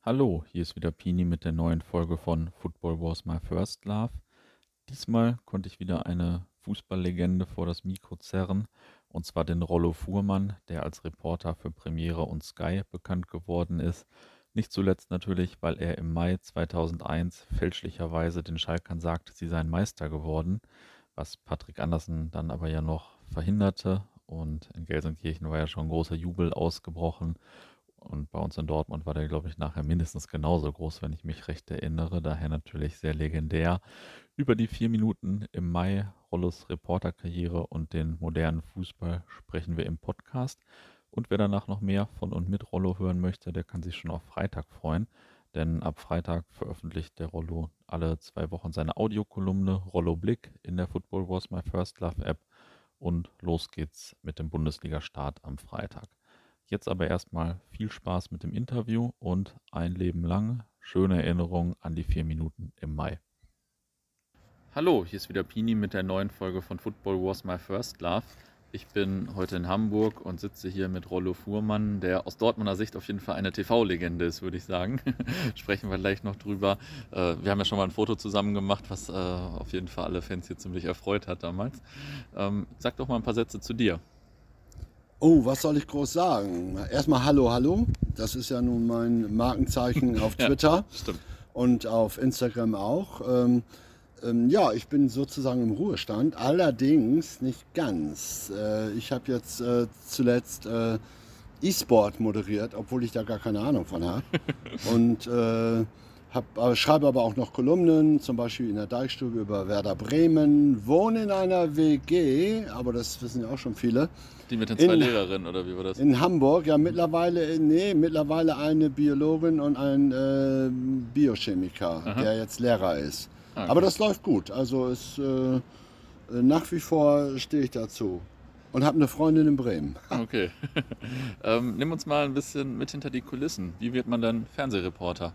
Hallo, hier ist wieder Pini mit der neuen Folge von Football Was My First Love. Diesmal konnte ich wieder eine Fußballlegende vor das Mikro zerren, und zwar den Rollo Fuhrmann, der als Reporter für Premiere und Sky bekannt geworden ist. Nicht zuletzt natürlich, weil er im Mai 2001 fälschlicherweise den Schalkern sagte, sie seien Meister geworden, was Patrick Andersen dann aber ja noch verhinderte. Und in Gelsenkirchen war ja schon großer Jubel ausgebrochen. Und bei uns in Dortmund war der, glaube ich, nachher mindestens genauso groß, wenn ich mich recht erinnere. Daher natürlich sehr legendär. Über die 4 Minuten im Mai, Rollos Reporterkarriere und den modernen Fußball sprechen wir im Podcast. Und wer danach noch mehr von und mit Rollo hören möchte, der kann sich schon auf Freitag freuen. Denn ab Freitag veröffentlicht der Rollo alle 2 Wochen seine Audiokolumne Rollo Blick in der Football Was My First Love App. Und los geht's mit dem Bundesliga-Start am Freitag. Jetzt aber erstmal viel Spaß mit dem Interview und ein Leben lang schöne Erinnerungen an die 4 Minuten im Mai. Hallo, hier ist wieder Pini mit der neuen Folge von Football Was My First Love. Ich bin heute in Hamburg und sitze hier mit Rollo Fuhrmann, der aus Dortmunder Sicht auf jeden Fall eine TV-Legende ist, würde ich sagen. Sprechen wir gleich noch drüber. Wir haben ja schon mal ein Foto zusammen gemacht, was auf jeden Fall alle Fans hier ziemlich erfreut hat damals. Sag doch mal ein paar Sätze zu dir. Oh, was soll ich groß sagen? Erstmal hallo, hallo. Das ist ja nun mein Markenzeichen auf Twitter Stimmt. und auf Instagram auch. Ja, ich bin sozusagen im Ruhestand, allerdings nicht ganz. Ich habe jetzt zuletzt E-Sport moderiert, obwohl ich da gar keine Ahnung von habe. Und schreibe aber auch noch Kolumnen, zum Beispiel in der Deichstube über Werder Bremen, wohne in einer WG, aber das wissen ja auch schon viele. Die mit den 2 Lehrerinnen, oder wie war das? In Hamburg, ja mittlerweile eine Biologin und ein Biochemiker, der jetzt Lehrer ist. Okay. Aber das läuft gut, also nach wie vor stehe ich dazu. Und habe eine Freundin in Bremen. Okay. Nimm uns mal ein bisschen mit hinter die Kulissen. Wie wird man dann Fernsehreporter?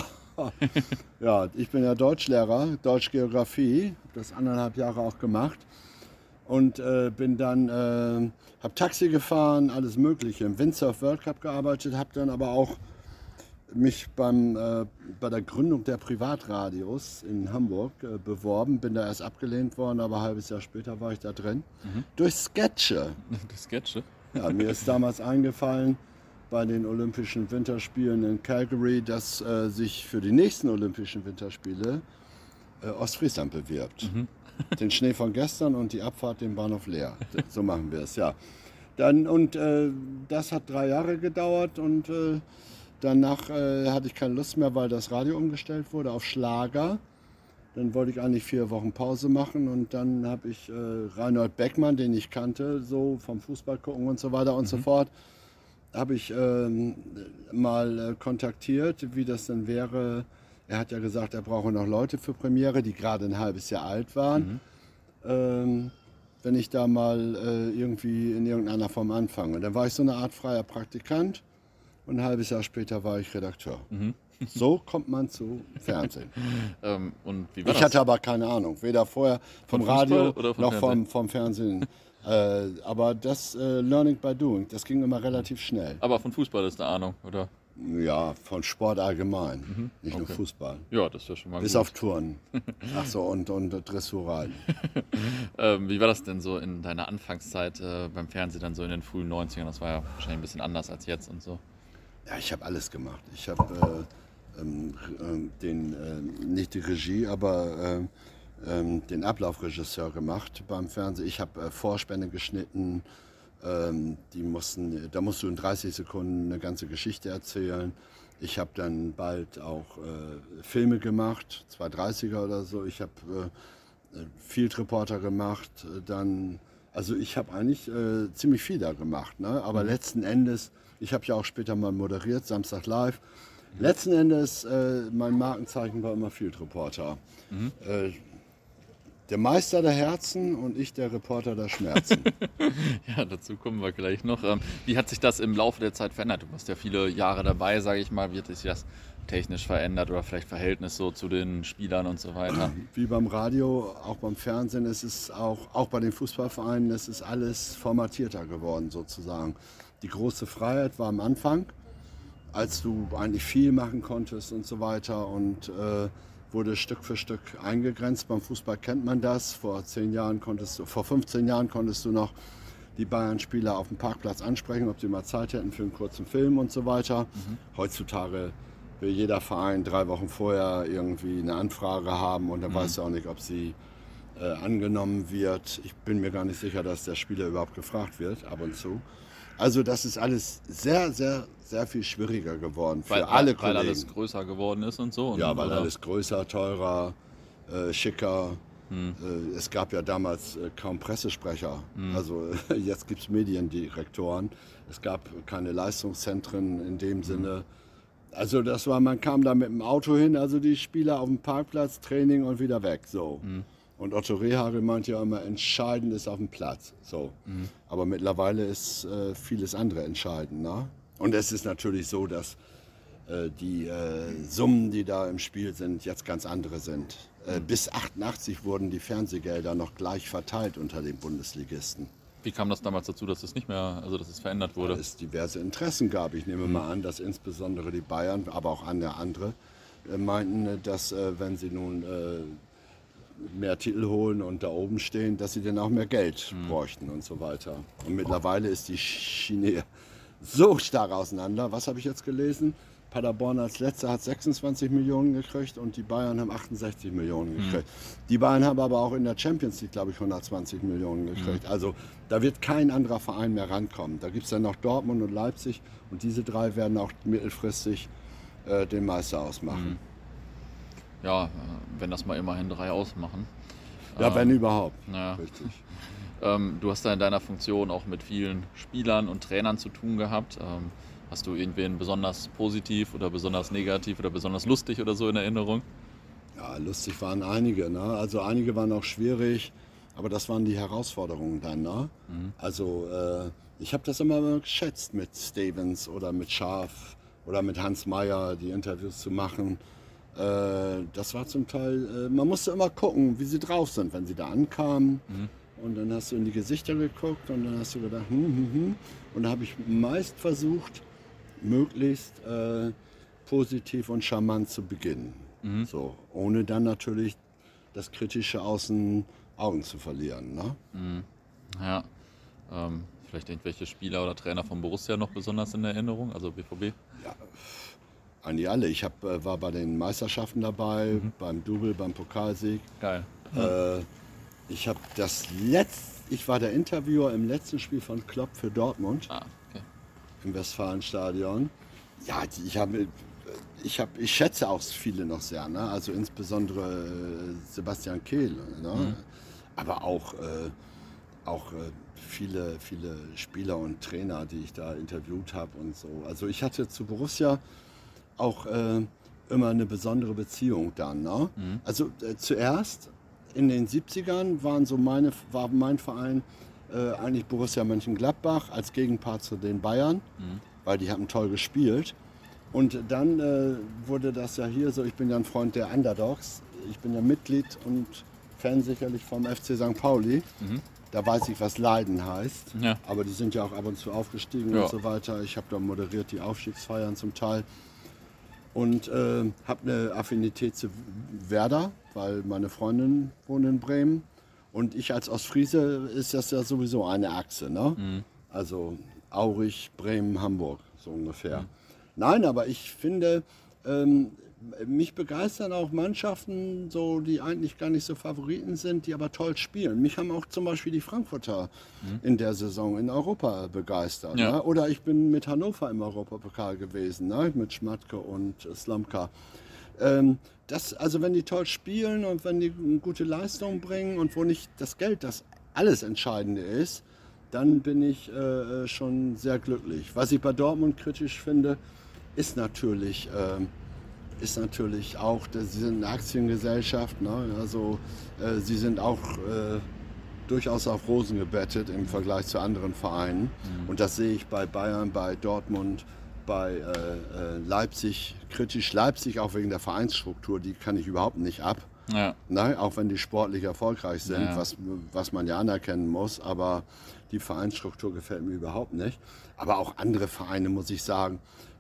Ja, ich bin ja Deutschlehrer, Deutsch-Geografie, habe das 1,5 Jahre auch gemacht. Und bin dann, habe Taxi gefahren, alles Mögliche, im Windsurf World Cup gearbeitet, habe dann aber auch mich bei der Gründung der Privatradios in Hamburg beworben, bin da erst abgelehnt worden, aber ein halbes Jahr später war ich da drin. Durch Sketche. Die Sketche? Ja, mir ist damals eingefallen, bei den Olympischen Winterspielen in Calgary, dass sich für die nächsten Olympischen Winterspiele Ostfriesland bewirbt. Den Schnee von gestern und die Abfahrt den Bahnhof leer. So machen wir es, ja. Das hat 3 Jahre gedauert und danach hatte ich keine Lust mehr, weil das Radio umgestellt wurde auf Schlager. Dann wollte ich eigentlich 4 Wochen Pause machen und dann habe ich Reinhold Beckmann, den ich kannte, so vom Fußball gucken und so weiter und so fort, habe ich mal kontaktiert, wie das denn wäre. Er hat ja gesagt, er brauche noch Leute für Premiere, die gerade ein halbes Jahr alt waren. Wenn ich da mal irgendwie in irgendeiner Form anfange. Und dann war ich so eine Art freier Praktikant und ein halbes Jahr später war ich Redakteur. So kommt man zu Fernsehen. Und wie war Ich das? hatte aber keine Ahnung, weder vorher vom Von Radio Fußball oder vom noch Fernsehen? vom Fernsehen. Aber das Learning by Doing, das ging immer relativ schnell. Aber von Fußball ist eine Ahnung, oder? Ja, von Sport allgemein, nicht nur Okay. Fußball. Ja, das ist ja schon mal Bis gut. auf Touren. Ach so, und Dressurreiten. Wie war das denn so in deiner Anfangszeit beim Fernsehen, dann so in den frühen 90ern? Das war ja wahrscheinlich ein bisschen anders als jetzt und so. Ja, ich habe alles gemacht. Ich habe nicht die Regie, aber den Ablaufregisseur gemacht beim Fernsehen. Ich habe Vorspänne geschnitten. Da musst du in 30 Sekunden eine ganze Geschichte erzählen. Ich habe dann bald auch Filme gemacht, 230er oder so. Ich habe Field Reporter gemacht. Also ich habe eigentlich ziemlich viel da gemacht. Ne? Aber letzten Endes, ich habe ja auch später mal moderiert, Samstag Live. Letzten Endes, mein Markenzeichen war immer Field Reporter. Der Meister der Herzen und ich der Reporter der Schmerzen. Ja, dazu kommen wir gleich noch. Wie hat sich das im Laufe der Zeit verändert? Du warst ja viele Jahre dabei, sage ich mal. Wie hat sich das technisch verändert oder vielleicht Verhältnis so zu den Spielern und so weiter? Wie beim Radio, auch beim Fernsehen, es ist auch bei den Fußballvereinen, es ist alles formatierter geworden sozusagen. Die große Freiheit war am Anfang, als du eigentlich viel machen konntest und so weiter und wurde Stück für Stück eingegrenzt. Beim Fußball kennt man das. Vor 15 Jahren konntest du noch die Bayern-Spieler auf dem Parkplatz ansprechen, ob sie mal Zeit hätten für einen kurzen Film und so weiter. Heutzutage will jeder Verein 3 Wochen vorher irgendwie eine Anfrage haben und dann weißt du auch nicht, ob sie angenommen wird. Ich bin mir gar nicht sicher, dass der Spieler überhaupt gefragt wird, ab und zu. Also das ist alles sehr, sehr, sehr viel schwieriger geworden für alle Kollegen. Weil alles größer geworden ist und so? Ja, weil alles größer, teurer, schicker. Es gab ja damals kaum Pressesprecher. Also jetzt gibt es Mediendirektoren. Es gab keine Leistungszentren in dem Sinne. Also man kam da mit dem Auto hin, also die Spieler auf dem Parkplatz, Training und wieder weg. So. Und Otto Rehhagel meint ja immer, entscheidend ist auf dem Platz. So. Aber mittlerweile ist vieles andere entscheidend. Ne? Und es ist natürlich so, dass die Summen, die da im Spiel sind, jetzt ganz andere sind. Bis 88 wurden die Fernsehgelder noch gleich verteilt unter den Bundesligisten. Wie kam das damals dazu, dass es nicht mehr, also dass es verändert wurde? Weil es diverse Interessen gab. Ich nehme mal an, dass insbesondere die Bayern, aber auch andere meinten, dass wenn sie nun mehr Titel holen und da oben stehen, dass sie dann auch mehr Geld bräuchten und so weiter. Und mittlerweile ist die Schiene so stark auseinander. Was habe ich jetzt gelesen? Paderborn als Letzter hat 26 Millionen gekriegt und die Bayern haben 68 Millionen gekriegt. Die Bayern haben aber auch in der Champions League, glaube ich, 120 Millionen gekriegt. Also da wird kein anderer Verein mehr rankommen. Da gibt es dann noch Dortmund und Leipzig und diese 3 werden auch mittelfristig den Meister ausmachen. Ja, wenn das mal immerhin 3 ausmachen. Ja, wenn überhaupt. Ja. Richtig. Du hast da in deiner Funktion auch mit vielen Spielern und Trainern zu tun gehabt. Hast du irgendwen besonders positiv oder besonders negativ oder besonders lustig oder so in Erinnerung? Ja, lustig waren einige. Ne? Also einige waren auch schwierig, aber das waren die Herausforderungen dann. Ne? Also ich habe das immer geschätzt, mit Stevens oder mit Scharf oder mit Hans Meyer die Interviews zu machen. Das war zum Teil, man musste immer gucken, wie sie drauf sind, wenn sie da ankamen. Und dann hast du in die Gesichter geguckt und dann hast du gedacht, Und da habe ich meist versucht, möglichst positiv und charmant zu beginnen. So, ohne dann natürlich das Kritische aus den Augen zu verlieren. Ne? Ja, vielleicht irgendwelche Spieler oder Trainer von Borussia noch besonders in Erinnerung, also BVB? Ja, eigentlich alle. Ich war bei den Meisterschaften dabei, beim Double, beim Pokalsieg. Geil. Ich war der Interviewer im letzten Spiel von Klopp für Dortmund. Okay. Im Westfalenstadion. Ja, ich schätze auch viele noch sehr, ne? Also insbesondere Sebastian Kehl, ne? Aber auch viele Spieler und Trainer, die ich da interviewt habe und so. Also ich hatte zu Borussia auch immer eine besondere Beziehung dann. Ne? Also zuerst in den 70ern war mein Verein eigentlich Borussia Mönchengladbach als Gegenpart zu den Bayern, weil die hatten toll gespielt. Und dann wurde das ja hier so, ich bin ja ein Freund der Underdogs, ich bin ja Mitglied und Fan sicherlich vom FC St. Pauli. Da weiß ich, was Leiden heißt. Ja. Aber die sind ja auch ab und zu aufgestiegen und so weiter. Ich habe da moderiert die Aufstiegsfeiern zum Teil. Und habe eine Affinität zu Werder, weil meine Freundin wohnt in Bremen. Und ich als Ostfriese ist das ja sowieso eine Achse. Ne? Also Aurich, Bremen, Hamburg, so ungefähr. Nein, aber ich finde, mich begeistern auch Mannschaften, so, die eigentlich gar nicht so Favoriten sind, die aber toll spielen. Mich haben auch zum Beispiel die Frankfurter in der Saison in Europa begeistert. Ja. Ne? Oder ich bin mit Hannover im Europapokal gewesen, ne? Mit Schmatke und Slomka. Also wenn die toll spielen und wenn die eine gute Leistung bringen und wo nicht das Geld das alles Entscheidende ist, dann bin ich schon sehr glücklich. Was ich bei Dortmund kritisch finde, ist natürlich auch, dass sie sind eine Aktiengesellschaft, ne? Also sie sind auch durchaus auf Rosen gebettet im Vergleich zu anderen Vereinen. Und das sehe ich bei Bayern, bei Dortmund, bei Leipzig, kritisch Leipzig auch wegen der Vereinsstruktur, die kann ich überhaupt nicht ab. Ja. Ne? Auch wenn die sportlich erfolgreich sind, Ja. was man ja anerkennen muss, aber die Vereinsstruktur gefällt mir überhaupt nicht. Aber auch andere Vereine, muss ich sagen,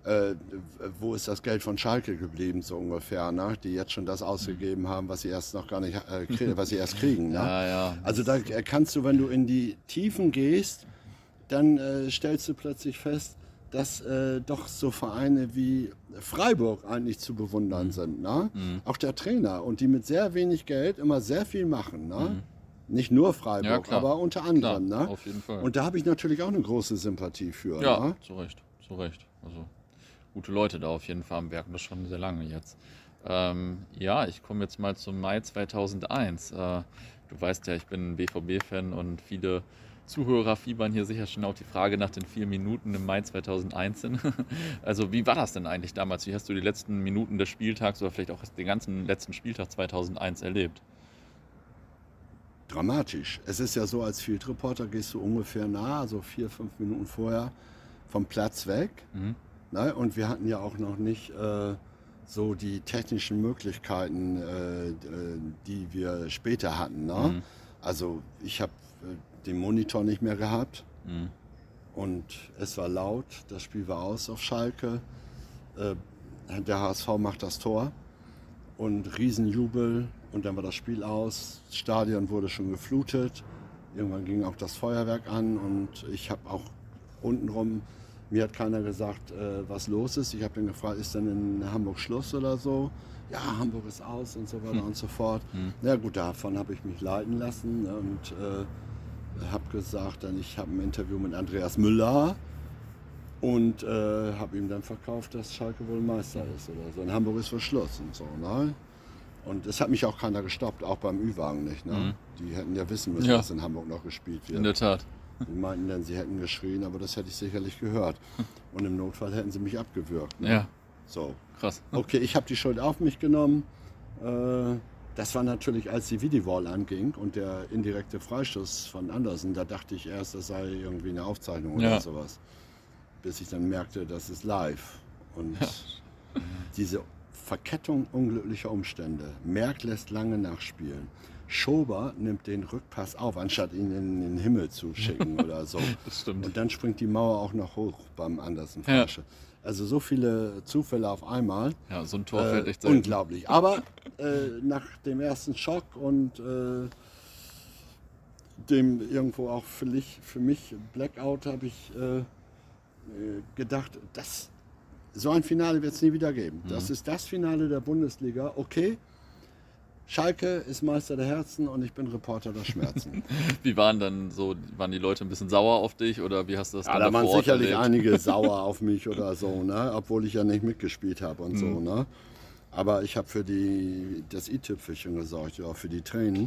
wo ist das Geld von Schalke geblieben, so ungefähr, ne? Die jetzt schon das ausgegeben haben, was sie erst noch gar nicht was sie erst kriegen. Ne? Ja. Also da kannst du, wenn du in die Tiefen gehst, dann stellst du plötzlich fest, dass doch so Vereine wie Freiburg eigentlich zu bewundern sind. Ne? Auch der Trainer und die mit sehr wenig Geld immer sehr viel machen. Ne? Nicht nur Ja, Freiburg, klar. aber unter anderem. Klar, Ne? auf jeden Fall. Und da habe ich natürlich auch eine große Sympathie für. Ja, Ne? zu Recht. Also gute Leute da auf jeden Fall am Werk, das schon sehr lange jetzt. Ja, ich komme jetzt mal zum Mai 2001. Du weißt ja, ich bin BVB-Fan und viele Zuhörer fiebern hier sicher schon auf die Frage nach den 4 Minuten im Mai 2001 hin. Also wie war das denn eigentlich damals? Wie hast du die letzten Minuten des Spieltags oder vielleicht auch den ganzen letzten Spieltag 2001 erlebt? Dramatisch. Es ist ja so, als Field Reporter gehst du ungefähr so 4-5 Minuten vorher vom Platz weg. Ne? Und wir hatten ja auch noch nicht so die technischen Möglichkeiten, die wir später hatten. Ne? Also ich habe den Monitor nicht mehr gehabt und es war laut, das Spiel war aus auf Schalke. Der HSV macht das Tor und Riesenjubel und dann war das Spiel aus. Das Stadion wurde schon geflutet. Irgendwann ging auch das Feuerwerk an und ich habe auch untenrum, mir hat keiner gesagt, was los ist. Ich habe ihn gefragt, ist denn in Hamburg Schluss oder so? Ja, Hamburg ist aus und so weiter und so fort. Na gut, davon habe ich mich leiten lassen und habe gesagt, ich habe ein Interview mit Andreas Müller und habe ihm dann verkauft, dass Schalke wohl Meister ist oder so. In Hamburg ist wohl Schluss und so. Ne? Und es hat mich auch keiner gestoppt, auch beim Ü-Wagen nicht. Ne? Die hätten ja wissen müssen, dass in Hamburg noch gespielt wird. In der Tat. Die meinten dann, sie hätten geschrien, aber das hätte ich sicherlich gehört. Und im Notfall hätten sie mich abgewürgt. Ne? Ja. So. Krass. Okay, ich habe die Schuld auf mich genommen. Das war natürlich, als die Videowall anging und der indirekte Freistoß von Andersen, da dachte ich erst, das sei irgendwie eine Aufzeichnung oder sowas. Bis ich dann merkte, das ist live. Und diese Verkettung unglücklicher Umstände. Merck lässt lange nachspielen. Schober nimmt den Rückpass auf, anstatt ihn in den Himmel zu schicken oder so. Das stimmt. Und dann springt die Mauer auch noch hoch beim Andersen. Also so viele Zufälle auf einmal. Ja, so ein Tor fällt echt selten. Unglaublich. Aber nach dem ersten Schock und dem irgendwo auch für mich Blackout habe ich gedacht, so ein Finale wird es nie wieder geben. Das ist das Finale der Bundesliga. Okay, Schalke ist Meister der Herzen und ich bin Reporter der Schmerzen. Wie waren die Leute ein bisschen sauer auf dich oder wie hast du das dann Da waren vor Ort sicherlich erlebt? einige sauer auf mich oder so, ne? Obwohl ich ja nicht mitgespielt habe und so. Ne? Aber ich habe für das i-Tüpfelchen gesorgt, ja, für die Tränen.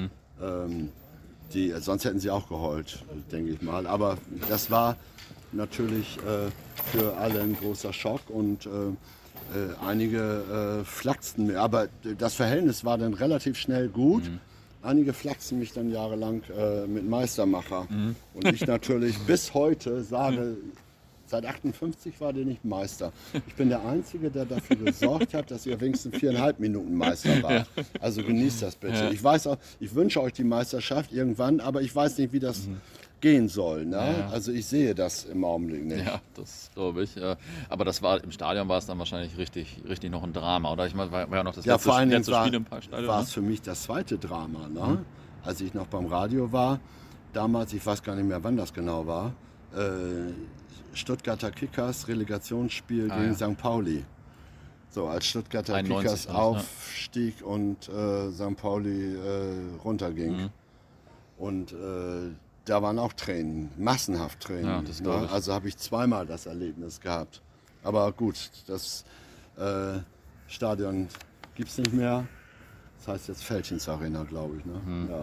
Sonst hätten sie auch geheult, denke ich mal. Aber das war natürlich für alle ein großer Schock und einige flachsten mir. Aber das Verhältnis war dann relativ schnell gut. Einige flachsen mich dann jahrelang mit Meistermacher. Und ich natürlich bis heute sage, seit 58 war der nicht Meister. Ich bin der Einzige, der dafür gesorgt hat, dass ihr wenigstens 4,5 Minuten Meister wart. Also genießt das bitte. Ja. Ich weiß auch, ich wünsche euch die Meisterschaft irgendwann, aber ich weiß nicht, wie das gehen soll. Ne? Ja. Also ich sehe das im Augenblick nicht. Ja, das glaube ich. Aber im Stadion war es dann wahrscheinlich richtig noch ein Drama, oder? Ich meine, war ja noch das Vor allen Dingen letzte Spiel im Parkstadion. war Ne? es für mich das zweite Drama. Ne? Als ich noch beim Radio war, damals, ich weiß gar nicht mehr, wann das genau war, Stuttgarter Kickers Relegationsspiel gegen St. Pauli. So, als Stuttgarter 91 Kickers war das, aufstieg und St. Pauli runterging. Und da waren auch Tränen, massenhaft Tränen. Ja, das glaub ich. Also habe ich zweimal das Erlebnis gehabt. Aber gut, das Stadion gibt es nicht mehr. Das heißt jetzt Veltins Arena, glaube ich. Ne? Ja.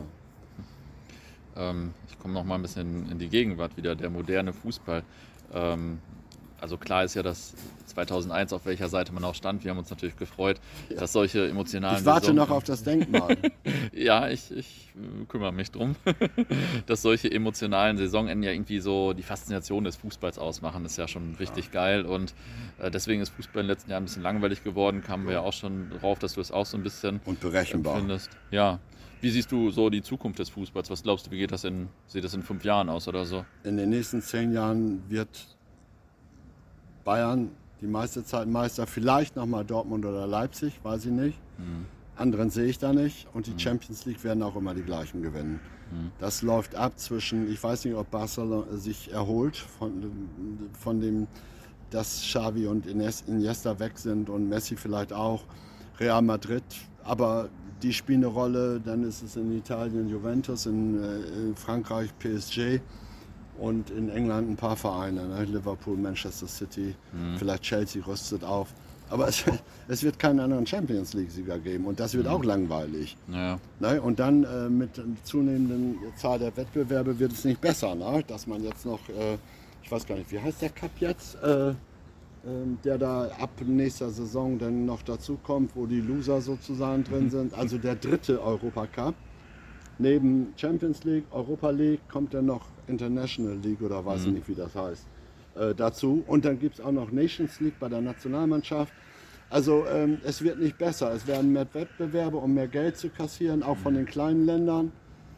Ich komme noch mal ein bisschen in die Gegenwart wieder, der moderne Fußball. Also klar ist ja, dass 2001 auf welcher Seite man auch stand. Wir haben uns natürlich gefreut, dass solche emotionalen Ich warte noch auf das Denkmal. Ja, ich kümmere mich drum, dass solche emotionalen Saisonenden ja irgendwie so die Faszination des Fußballs ausmachen. Das ist ja schon richtig geil und deswegen ist Fußball in den letzten Jahren ein bisschen langweilig geworden. Kamen wir ja auch schon drauf, dass du es auch so ein bisschen Und berechenbar. empfindest. Ja. Wie siehst du so die Zukunft des Fußballs? Was glaubst du, wie sieht das in 5 Jahren aus oder so? In den nächsten 10 Jahren wird Bayern die meiste Zeit Meister, vielleicht nochmal Dortmund oder Leipzig, weiß ich nicht. Anderen sehe ich da nicht. Und die Champions League werden auch immer die gleichen gewinnen. Das läuft ab zwischen, ich weiß nicht, ob Barcelona sich erholt von dem, dass Xavi und Iniesta weg sind und Messi vielleicht auch, Real Madrid, aber die spielen eine Rolle, dann ist es in Italien Juventus, in Frankreich PSG und in England ein paar Vereine, ne? Liverpool, Manchester City, vielleicht Chelsea rüstet auf. Aber es wird keinen anderen Champions League-Sieger geben und das wird auch langweilig. Ja. Ne? Und dann mit zunehmenden Zahl der Wettbewerbe wird es nicht besser, ne? Dass man jetzt noch, ich weiß gar nicht, wie heißt der Cup jetzt, der da ab nächster Saison dann noch dazu kommt, wo die Loser sozusagen drin sind. Also der dritte Europacup. Neben Champions League, Europa League kommt dann noch International League oder weiß ich nicht, wie das heißt, dazu. Und dann gibt es auch noch Nations League bei der Nationalmannschaft. Also es wird nicht besser. Es werden mehr Wettbewerbe, um mehr Geld zu kassieren, auch von den kleinen Ländern.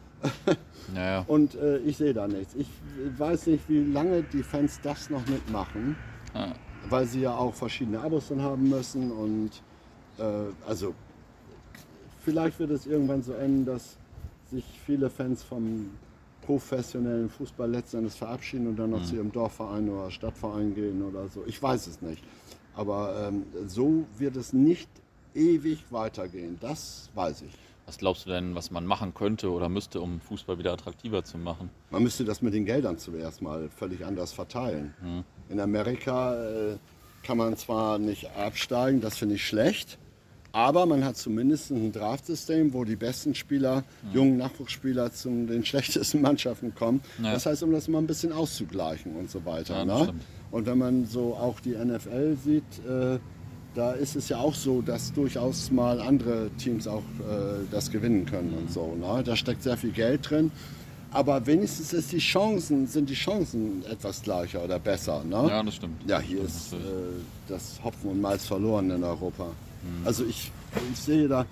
Ja. Und ich sehe da nichts. Ich weiß nicht, wie lange die Fans das noch mitmachen, weil sie ja auch verschiedene Abos dann haben müssen. Und also vielleicht wird es irgendwann so enden, dass sich viele Fans vom professionellen Fußball letztendlich verabschieden und dann noch zu ihrem Dorfverein oder Stadtverein gehen oder so. Ich weiß es nicht. Aber so wird es nicht ewig weitergehen. Das weiß ich. Was glaubst du denn, was man machen könnte oder müsste, um Fußball wieder attraktiver zu machen? Man müsste das mit den Geldern zuerst mal völlig anders verteilen. In Amerika kann man zwar nicht absteigen, das finde ich schlecht, aber man hat zumindest ein Draftsystem, wo die besten Spieler, jungen Nachwuchsspieler zu den schlechtesten Mannschaften kommen. Ja. Das heißt, um das mal ein bisschen auszugleichen und so weiter. Ja, Ne? stimmt. Und wenn man so auch die NFL sieht, da ist es ja auch so, dass durchaus mal andere Teams auch das gewinnen können und so. Ne? Da steckt sehr viel Geld drin. Aber wenigstens sind die Chancen etwas gleicher oder besser. Ne? Ja, das stimmt. Ja, hier Das ist natürlich. das Hopfen und Malz verloren in Europa. Also ich sehe da,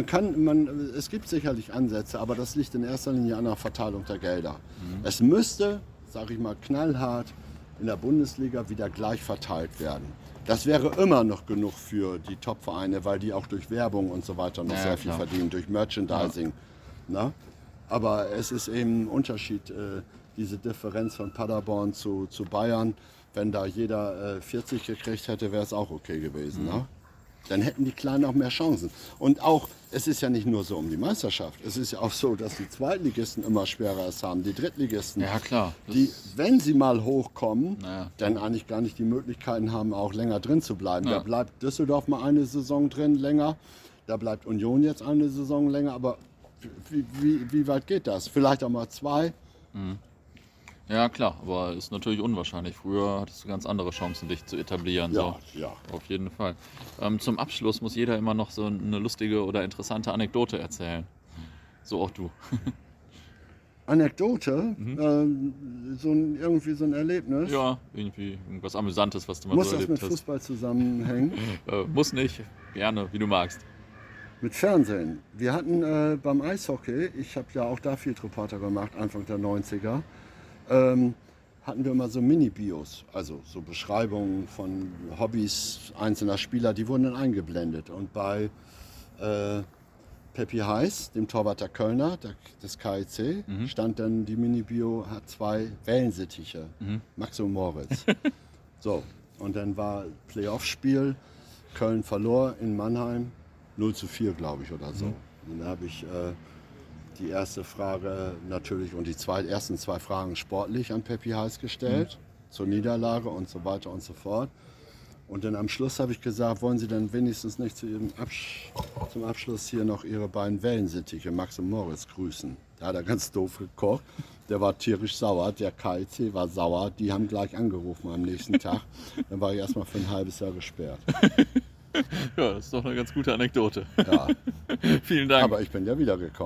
es gibt sicherlich Ansätze, aber das liegt in erster Linie an der Verteilung der Gelder. Es müsste, sage ich mal, knallhart in der Bundesliga wieder gleich verteilt werden. Das wäre immer noch genug für die Top-Vereine, weil die auch durch Werbung und so weiter noch Ja, sehr viel klar. verdienen, durch Merchandising. Na? Aber es ist eben ein Unterschied, diese Differenz von Paderborn zu Bayern. Wenn da jeder 40 gekriegt hätte, wäre es auch okay gewesen. Ne? Dann hätten die Kleinen auch mehr Chancen. Und auch, es ist ja nicht nur so um die Meisterschaft. Es ist ja auch so, dass die Zweitligisten immer schwerer es haben, die Drittligisten. Ja, klar. Das Die, wenn sie mal hochkommen, Ja. dann eigentlich gar nicht die Möglichkeiten haben, auch länger drin zu bleiben. Ja. Da bleibt Düsseldorf mal eine Saison drin länger, da bleibt Union jetzt eine Saison länger, aber wie weit geht das? Vielleicht auch mal 2. Ja, klar, aber ist natürlich unwahrscheinlich. Früher hattest du ganz andere Chancen, dich zu etablieren. Ja, So. ja. Auf jeden Fall. Zum Abschluss muss jeder immer noch so eine lustige oder interessante Anekdote erzählen. So auch du. Anekdote, irgendwie so ein Erlebnis. Ja, irgendwie irgendwas Amüsantes, was du mal Muss so das mit erlebt hast. Fußball zusammenhängen? Muss nicht, gerne, wie du magst. Mit Fernsehen. Wir hatten beim Eishockey, ich habe ja auch da Field-Reporter gemacht, Anfang der 90er, hatten wir immer so Mini-Bios, also so Beschreibungen von Hobbys einzelner Spieler, die wurden dann eingeblendet. Und bei Peppi Heiß, dem Torwart der Kölner, des KIC, stand dann die Mini-Bio, hat 2 Wellensittiche, Max und Moritz. So, und dann war Playoff-Spiel, Köln verlor in Mannheim, 0:4, glaube ich, oder so. Und dann habe ich die erste Frage natürlich und die ersten 2 Fragen sportlich an Peppi Heiß gestellt, zur Niederlage und so weiter und so fort. Und dann am Schluss habe ich gesagt, wollen Sie dann wenigstens nicht zum Abschluss hier noch Ihre beiden Wellensittiche, Max und Moritz, grüßen. Da hat er ganz doof gekocht. Der war tierisch sauer, der KIC war sauer. Die haben gleich angerufen am nächsten Tag. Dann war ich erstmal für ein halbes Jahr gesperrt. Ja, das ist doch eine ganz gute Anekdote. Ja, Vielen Dank. aber ich bin ja wiedergekommen.